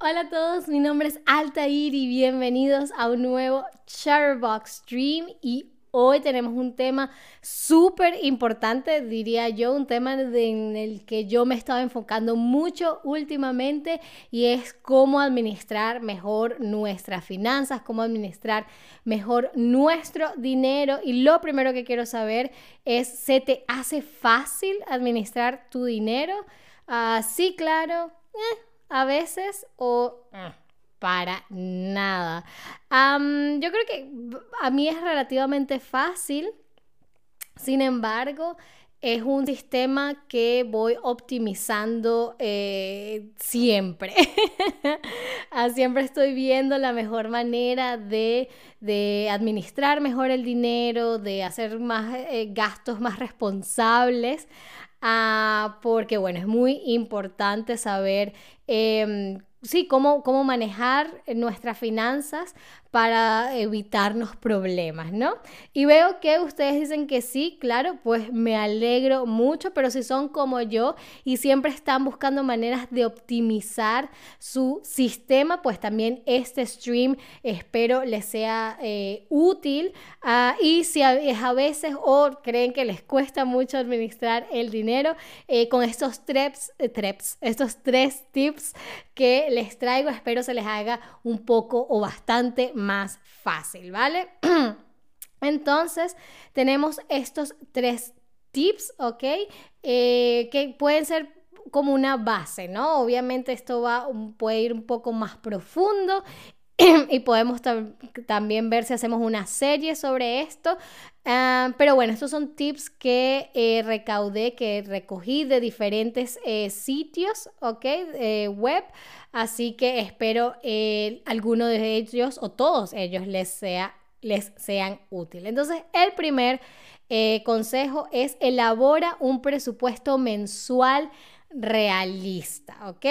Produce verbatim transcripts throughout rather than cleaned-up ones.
Hola a todos, mi nombre es Altair y bienvenidos a un nuevo Chatterbox Stream. Y hoy tenemos un tema súper importante, diría yo, un tema de, en el que yo me he estado enfocando mucho últimamente, y es cómo administrar mejor nuestras finanzas, cómo administrar mejor nuestro dinero. Y lo primero que quiero saber es, ¿se te hace fácil administrar tu dinero? Uh, sí, claro, eh, a veces o eh, para nada. Um, yo creo que a mí es relativamente fácil. Sin embargo, es un sistema que voy optimizando eh, siempre. Siempre estoy viendo la mejor manera de, de administrar mejor el dinero, de hacer más eh, gastos más responsables. Uh, porque bueno, es muy importante saber eh, sí, cómo, cómo manejar nuestras finanzas para evitarnos problemas, ¿no? Y veo que ustedes dicen que sí, claro, pues me alegro mucho, pero si son como yo y siempre están buscando maneras de optimizar su sistema, pues también este stream espero les sea eh, útil. Uh, y si a, a veces o creen que les cuesta mucho administrar el dinero, eh, con estos tres, eh, tres, estos tres tips que les traigo, espero se les haga un poco o bastante más fácil, ¿vale? Entonces, tenemos estos tres tips, ¿ok? Eh, que pueden ser como una base, ¿no? Obviamente esto va, puede ir un poco más profundo y podemos tam también ver si hacemos una serie sobre esto. Uh, pero bueno, estos son tips que eh, recaudé, que recogí de diferentes eh, sitios, ¿ok? Eh, web. Así que espero eh, alguno de ellos o todos ellos les, sea, les sean útiles. Entonces, el primer eh, consejo es: elabora un presupuesto mensual realista, ¿ok?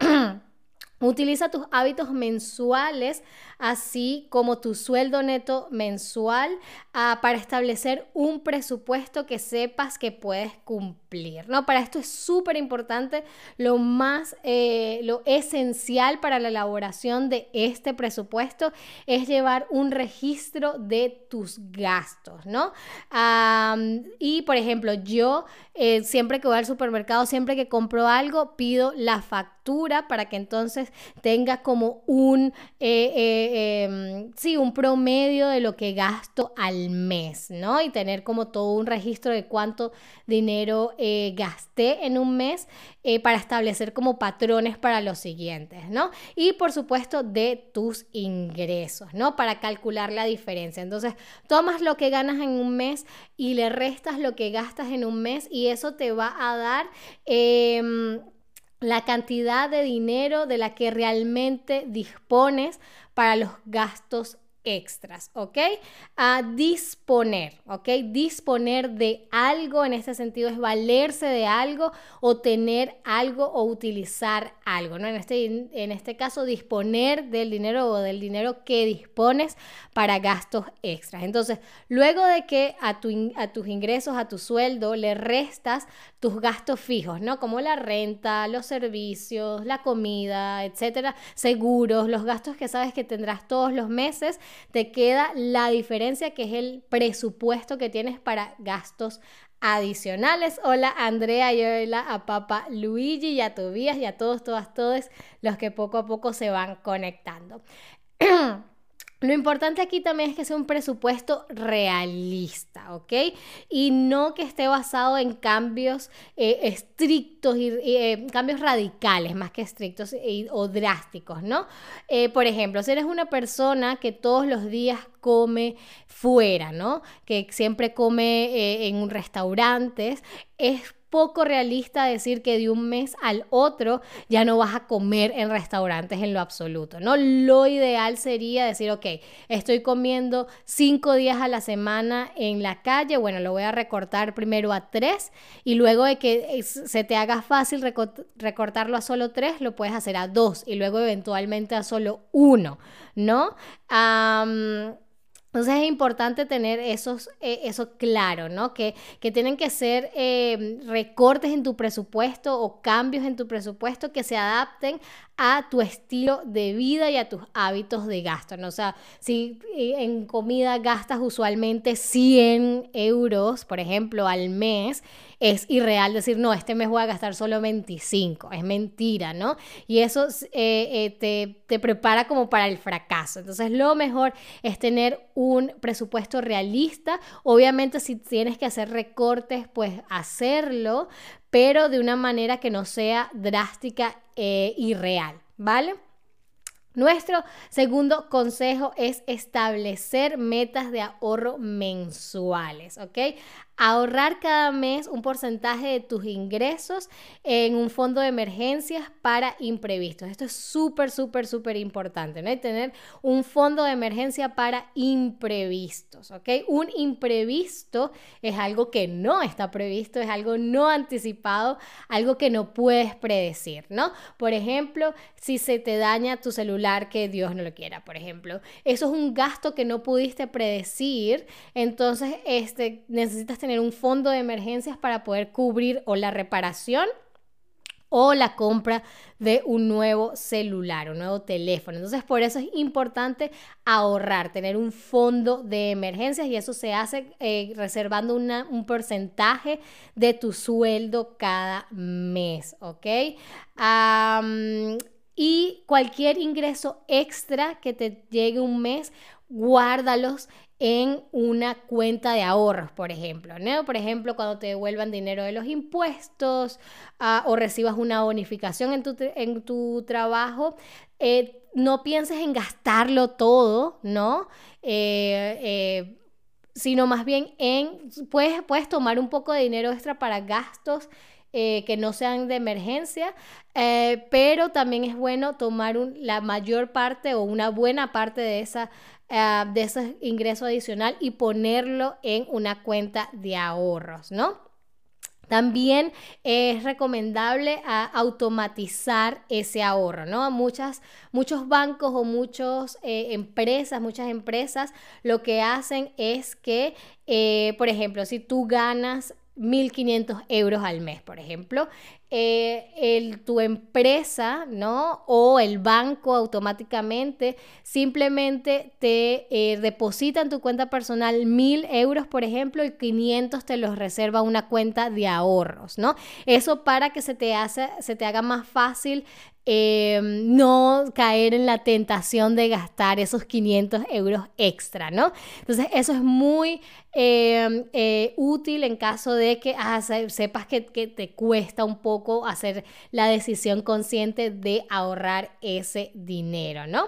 Utiliza tus hábitos mensuales, así como tu sueldo neto mensual, uh, para establecer un presupuesto que sepas que puedes cumplir, ¿no? Para esto es súper importante, lo más, eh, lo esencial para la elaboración de este presupuesto es llevar un registro de tus gastos, ¿no? Um, y, por ejemplo, yo eh, siempre que voy al supermercado, siempre que compro algo, pido la factura para que entonces tenga como un, eh, eh, eh, sí, un promedio de lo que gasto al mes, ¿no? Y tener como todo un registro de cuánto dinero eh, gasté en un mes, eh, para establecer como patrones para los siguientes, ¿no? Y por supuesto de tus ingresos, ¿no? Para calcular la diferencia. Entonces, tomas lo que ganas en un mes y le restas lo que gastas en un mes, y eso te va a dar Eh, la cantidad de dinero de la que realmente dispones para los gastos extras, ¿ok? A disponer, ¿ok? Disponer de algo en este sentido es valerse de algo o tener algo o utilizar algo, ¿no? En este, en este caso, disponer del dinero o del dinero que dispones para gastos extras. Entonces, luego de que a, tu, a tus ingresos, a tu sueldo, le restas tus gastos fijos, ¿no? Como la renta, los servicios, la comida, etcétera, seguros, los gastos que sabes que tendrás todos los meses, te queda la diferencia, que es el presupuesto que tienes para gastos adicionales. Hola Andrea, y hola a Papa Luigi y a Tobías y a todos, todas, todos los que poco a poco se van conectando. Lo importante aquí también es que sea un presupuesto realista, ¿ok? Y no que esté basado en cambios eh, estrictos y eh, cambios radicales más que estrictos y, o drásticos, ¿no? Eh, por ejemplo, si eres una persona que todos los días come fuera, ¿no? Que siempre come eh, en un restaurante, es poco realista decir que de un mes al otro ya no vas a comer en restaurantes en lo absoluto, ¿no? Lo ideal sería decir, ok, estoy comiendo cinco días a la semana en la calle, bueno, lo voy a recortar primero a tres, y luego de que se te haga fácil recortarlo a solo tres, lo puedes hacer a dos y luego eventualmente a solo uno, ¿no? Um, Entonces es importante tener esos, eh, eso claro, ¿no? Que, que tienen que ser eh, recortes en tu presupuesto o cambios en tu presupuesto que se adapten a tu estilo de vida y a tus hábitos de gasto, ¿no? O sea, si en comida gastas usualmente cien euros, por ejemplo, al mes, es irreal decir, no, este mes voy a gastar solo veinticinco, es mentira, ¿no? Y eso eh, eh, te, te prepara como para el fracaso. Entonces lo mejor es tener un presupuesto realista. Obviamente si tienes que hacer recortes, pues hacerlo, pero de una manera que no sea drástica e irreal, ¿vale? Nuestro segundo consejo es establecer metas de ahorro mensuales, ¿ok? Ahorrar cada mes un porcentaje de tus ingresos en un fondo de emergencias para imprevistos. Esto es súper, súper, súper importante, ¿no? Y tener un fondo de emergencia para imprevistos, ¿ok? Un imprevisto es algo que no está previsto, es algo no anticipado, algo que no puedes predecir, ¿no? Por ejemplo, si se te daña tu celular, que Dios no lo quiera, por ejemplo, eso es un gasto que no pudiste predecir, entonces este, necesitas tener un fondo de emergencias para poder cubrir o la reparación o la compra de un nuevo celular, un nuevo teléfono. Entonces, por eso es importante ahorrar, tener un fondo de emergencias, y eso se hace eh, reservando una, un porcentaje de tu sueldo cada mes, ¿ok? Um, y cualquier ingreso extra que te llegue un mes, guárdalos en una cuenta de ahorros, por ejemplo, ¿no? Por ejemplo, cuando te devuelvan dinero de los impuestos uh, o recibas una bonificación en tu, en tu trabajo, eh, no pienses en gastarlo todo, ¿no? Eh, eh, sino más bien en, puedes, puedes tomar un poco de dinero extra para gastos Eh, que no sean de emergencia, eh, pero también es bueno tomar un, la mayor parte o una buena parte de, esa, uh, de ese ingreso adicional y ponerlo en una cuenta de ahorros, ¿no? También es recomendable a automatizar ese ahorro, ¿no? Muchas, muchos bancos o muchas eh, empresas, muchas empresas lo que hacen es que, eh, por ejemplo, si tú ganas mil quinientos euros al mes, por ejemplo, eh, el, tu empresa, ¿no? O el banco automáticamente simplemente te eh, deposita en tu cuenta personal mil euros, por ejemplo, y quinientos te los reserva una cuenta de ahorros, ¿no? Eso para que se te, hace, se te haga más fácil Eh, no caer en la tentación de gastar esos quinientos euros extra, ¿no? Entonces eso es muy eh, eh, útil en caso de que ah, sepas que, que te cuesta un poco hacer la decisión consciente de ahorrar ese dinero, ¿no?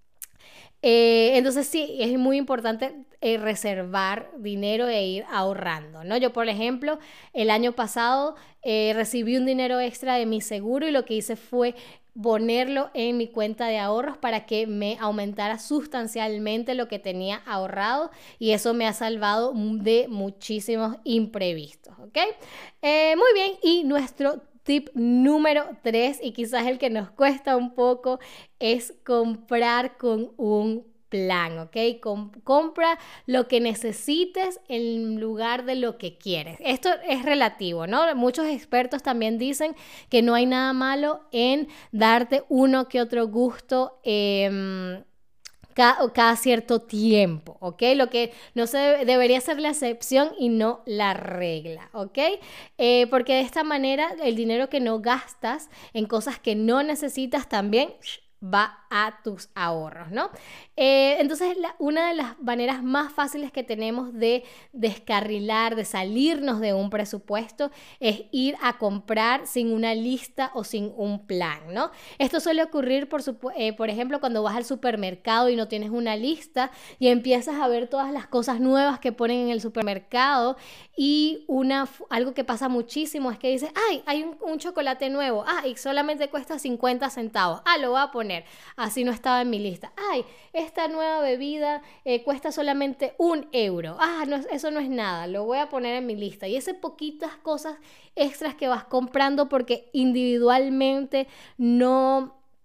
Eh, entonces sí, es muy importante eh, reservar dinero e ir ahorrando, ¿no? Yo, por ejemplo, el año pasado eh, recibí un dinero extra de mi seguro y lo que hice fue ponerlo en mi cuenta de ahorros para que me aumentara sustancialmente lo que tenía ahorrado, y eso me ha salvado de muchísimos imprevistos, ¿ok? Eh, muy bien, y nuestro tip número tres, y quizás el que nos cuesta un poco, es comprar con un plan, ¿ok? Com- compra lo que necesites en lugar de lo que quieres. Esto es relativo, ¿no? Muchos expertos también dicen que no hay nada malo en darte uno que otro gusto eh, cada, cada cierto tiempo, ¿ok? Lo que no se debe, debería ser la excepción y no la regla, ¿ok? Eh, porque de esta manera el dinero que no gastas en cosas que no necesitas también va a tus ahorros, ¿no? Eh, entonces, la, una de las maneras más fáciles que tenemos de descarrilar, de salirnos de un presupuesto, es ir a comprar sin una lista o sin un plan, ¿no? Esto suele ocurrir, por, eh, por ejemplo, cuando vas al supermercado y no tienes una lista y empiezas a ver todas las cosas nuevas que ponen en el supermercado, y una, algo que pasa muchísimo es que dices, ay, hay un, un chocolate nuevo, ah, y solamente cuesta cincuenta centavos, ah, lo voy a poner, así no estaba en mi lista, ay, esta nueva bebida eh, cuesta solamente un euro, ah, no, eso no es nada, lo voy a poner en mi lista, y esas poquitas cosas extras que vas comprando porque individualmente no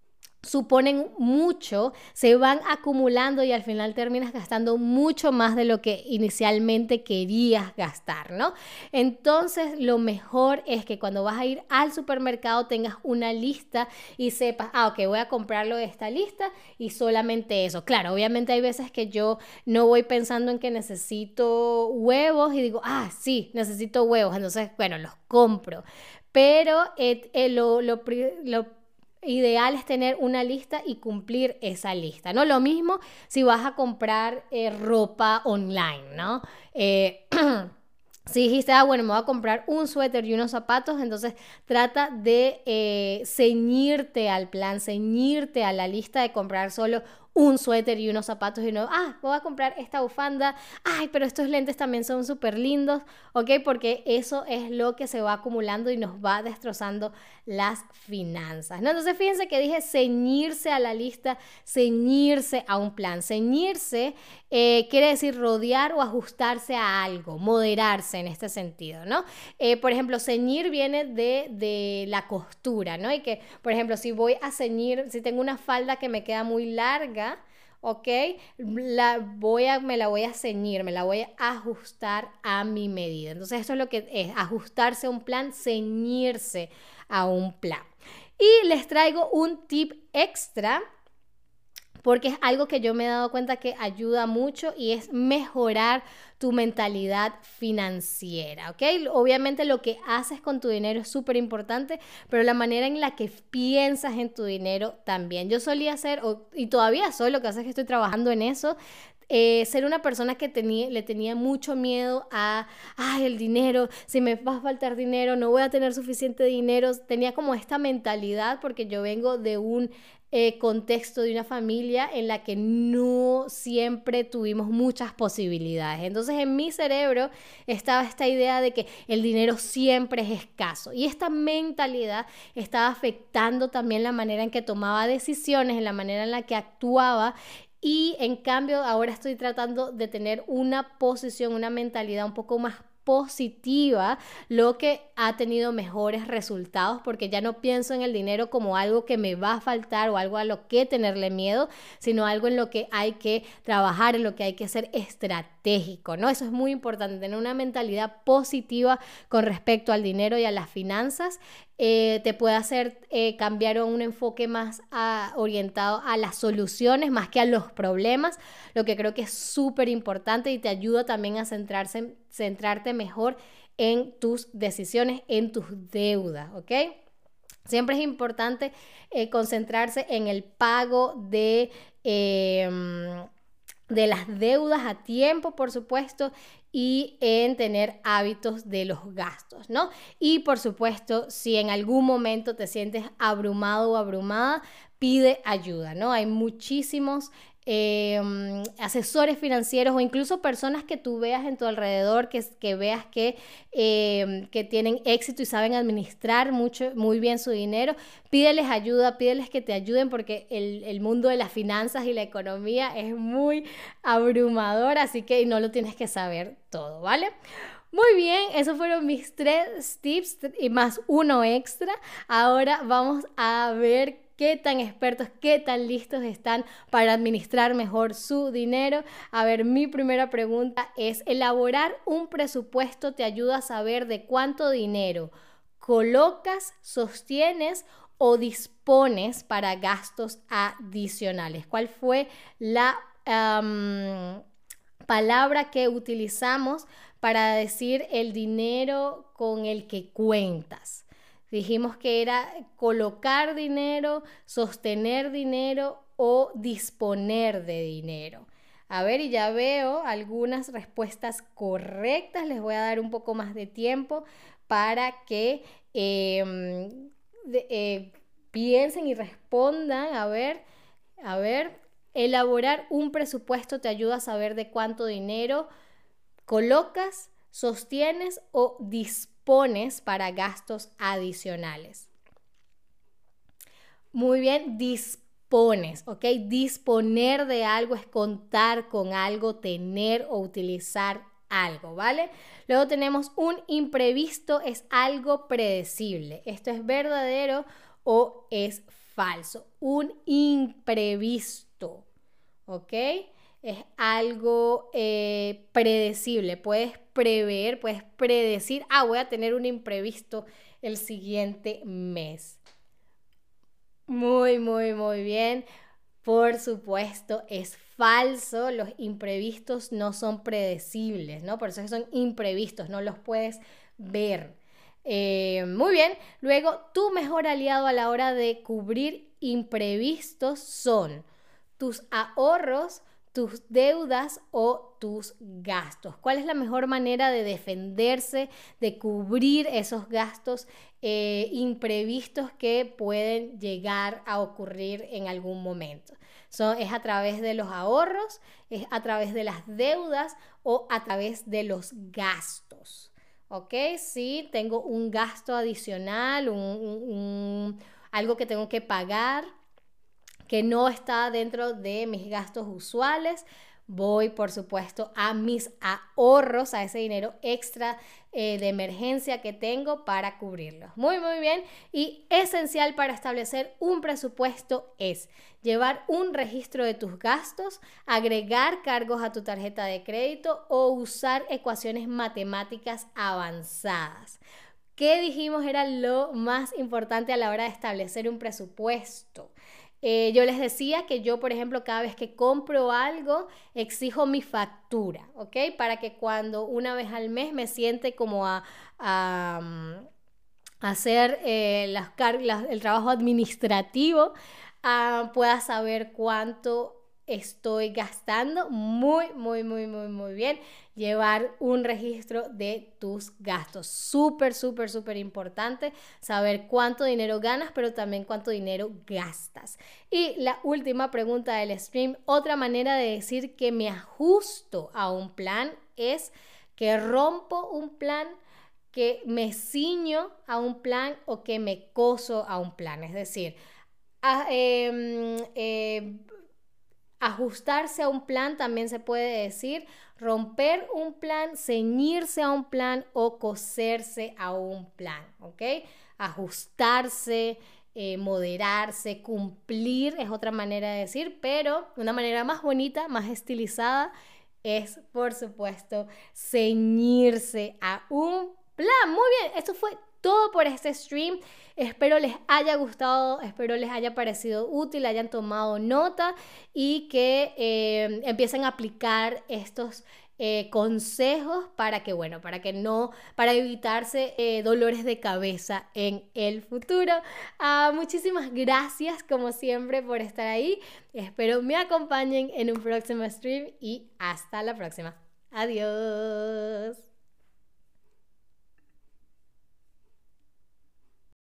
suponen mucho, se van acumulando y al final terminas gastando mucho más de lo que inicialmente querías gastar, ¿no? Entonces, lo mejor es que cuando vas a ir al supermercado tengas una lista y sepas, ah, ok, voy a comprarlo de esta lista y solamente eso. Claro, obviamente hay veces que yo no voy pensando en que necesito huevos y digo, ah, sí, necesito huevos, entonces, bueno, los compro. Pero eh, eh, lo, lo, lo ideal es tener una lista y cumplir esa lista, ¿no? Lo mismo si vas a comprar eh, ropa online, ¿no? Eh, si dijiste, ah, bueno, me voy a comprar un suéter y unos zapatos, entonces trata de eh, ceñirte al plan, ceñirte a la lista de comprar solo un suéter y unos zapatos y no, ah, voy a comprar esta bufanda, ay, pero estos lentes también son súper lindos, ¿ok? Porque eso es lo que se va acumulando y nos va destrozando las finanzas, ¿no? Entonces fíjense que dije ceñirse a la lista, ceñirse a un plan. Ceñirse eh, quiere decir rodear o ajustarse a algo, moderarse en este sentido, ¿no? Eh, por ejemplo, ceñir viene de, de la costura, ¿no? Y que, por ejemplo, si voy a ceñir, si tengo una falda que me queda muy larga, ¿ok? La voy a, me la voy a ceñir, me la voy a ajustar a mi medida. Entonces, esto es lo que es ajustarse a un plan, ceñirse a un plan. Y les traigo un tip extra porque es algo que yo me he dado cuenta que ayuda mucho y es mejorar tu mentalidad financiera, ¿ok? Obviamente lo que haces con tu dinero es súper importante, pero la manera en la que piensas en tu dinero también. Yo solía hacer, y todavía soy, lo que hace es que estoy trabajando en eso, Eh, ser una persona que tenía, le tenía mucho miedo a, ay, el dinero, si me va a faltar dinero, no voy a tener suficiente dinero. Tenía como esta mentalidad porque yo vengo de un eh, contexto de una familia en la que no siempre tuvimos muchas posibilidades. Entonces en mi cerebro estaba esta idea de que el dinero siempre es escaso y esta mentalidad estaba afectando también la manera en que tomaba decisiones, en la manera en la que actuaba. Y en cambio ahora estoy tratando de tener una posición, una mentalidad un poco más positiva, lo que ha tenido mejores resultados porque ya no pienso en el dinero como algo que me va a faltar o algo a lo que tenerle miedo, sino algo en lo que hay que trabajar, en lo que hay que ser estratégico, ¿no? Eso es muy importante, tener una mentalidad positiva con respecto al dinero y a las finanzas. Eh, te puede hacer eh, cambiar a un enfoque más a, orientado a las soluciones más que a los problemas, lo que creo que es súper importante y te ayuda también a centrarse, centrarte mejor en tus decisiones, en tus deudas, ¿ok? Siempre es importante eh, concentrarse en el pago de, eh, de las deudas a tiempo, por supuesto, y en tener hábitos de los gastos, ¿no? Y por supuesto, si en algún momento te sientes abrumado o abrumada, pide ayuda, ¿no? Hay muchísimos eh, asesores financieros o incluso personas que tú veas en tu alrededor, que, que veas que, eh, que tienen éxito y saben administrar mucho, muy bien su dinero. Pídeles ayuda, pídeles que te ayuden porque el, el mundo de las finanzas y la economía es muy abrumador, así que no lo tienes que saber todo, ¿vale? Muy bien, esos fueron mis tres tips y más uno extra. Ahora vamos a ver qué tan expertos, qué tan listos están para administrar mejor su dinero. A ver, mi primera pregunta es, ¿elaborar un presupuesto te ayuda a saber de cuánto dinero colocas, sostienes o dispones para gastos adicionales? ¿Cuál fue la um, palabra que utilizamos para decir el dinero con el que cuentas? Dijimos que era colocar dinero, sostener dinero o disponer de dinero. A ver, y ya veo algunas respuestas correctas. Les voy a dar un poco más de tiempo para que eh, de, eh, piensen y respondan. A ver, a ver, elaborar un presupuesto te ayuda a saber de cuánto dinero colocas, sostienes o dispones para gastos adicionales. Muy bien, dispones, ¿ok? Disponer de algo es contar con algo, tener o utilizar algo, ¿vale? Luego tenemos un imprevisto, es algo predecible. ¿Esto es verdadero o es falso. Un imprevisto, ¿ok? Es algo eh, predecible. Puedes prever, puedes predecir, ah, voy a tener un imprevisto el siguiente mes. Muy, muy, muy bien. Por supuesto, es falso. Los imprevistos no son predecibles, ¿no? Por eso es que son imprevistos, no los puedes ver. Eh, muy bien. Luego, tu mejor aliado a la hora de cubrir imprevistos son tus ahorros, tus deudas o tus gastos. ¿Cuál es la mejor manera de defenderse, de cubrir esos gastos eh, imprevistos que pueden llegar a ocurrir en algún momento? So, es a través de los ahorros, es a través de las deudas o a través de los gastos. ¿Ok? Si tengo un gasto adicional, un, un, un, algo que tengo que pagar, que no está dentro de mis gastos usuales, voy por supuesto a mis ahorros, a ese dinero extra eh, de emergencia que tengo para cubrirlos. Muy, muy bien. Y esencial para establecer un presupuesto es llevar un registro de tus gastos, agregar cargos a tu tarjeta de crédito o usar ecuaciones matemáticas avanzadas. ¿Qué dijimos era lo más importante a la hora de establecer un presupuesto? Eh, yo les decía que yo, por ejemplo, cada vez que compro algo, exijo mi factura, ¿ok? Para que cuando una vez al mes me siente como a, a, a hacer eh, las las, el trabajo administrativo, uh, pueda saber cuánto estoy gastando. Muy, muy, muy, muy, muy bien. Llevar un registro de tus gastos. Súper, súper, súper importante saber cuánto dinero ganas, pero también cuánto dinero gastas. Y la última pregunta del stream, otra manera de decir que me ajusto a un plan es que rompo un plan, que me ciño a un plan o que me coso a un plan. Es decir, a, eh, eh, ajustarse a un plan también se puede decir romper un plan, ceñirse a un plan o coserse a un plan, ¿ok? Ajustarse, eh, moderarse, cumplir es otra manera de decir, pero una manera más bonita, más estilizada es, por supuesto, ceñirse a un plan. Muy bien, esto fue todo por este stream. Espero les haya gustado, espero les haya parecido útil, hayan tomado nota y que eh, empiecen a aplicar estos eh, consejos para que, bueno, para que no, para evitarse eh, dolores de cabeza en el futuro. Uh, muchísimas gracias, como siempre, por estar ahí. Espero me acompañen en un próximo stream y hasta la próxima. Adiós.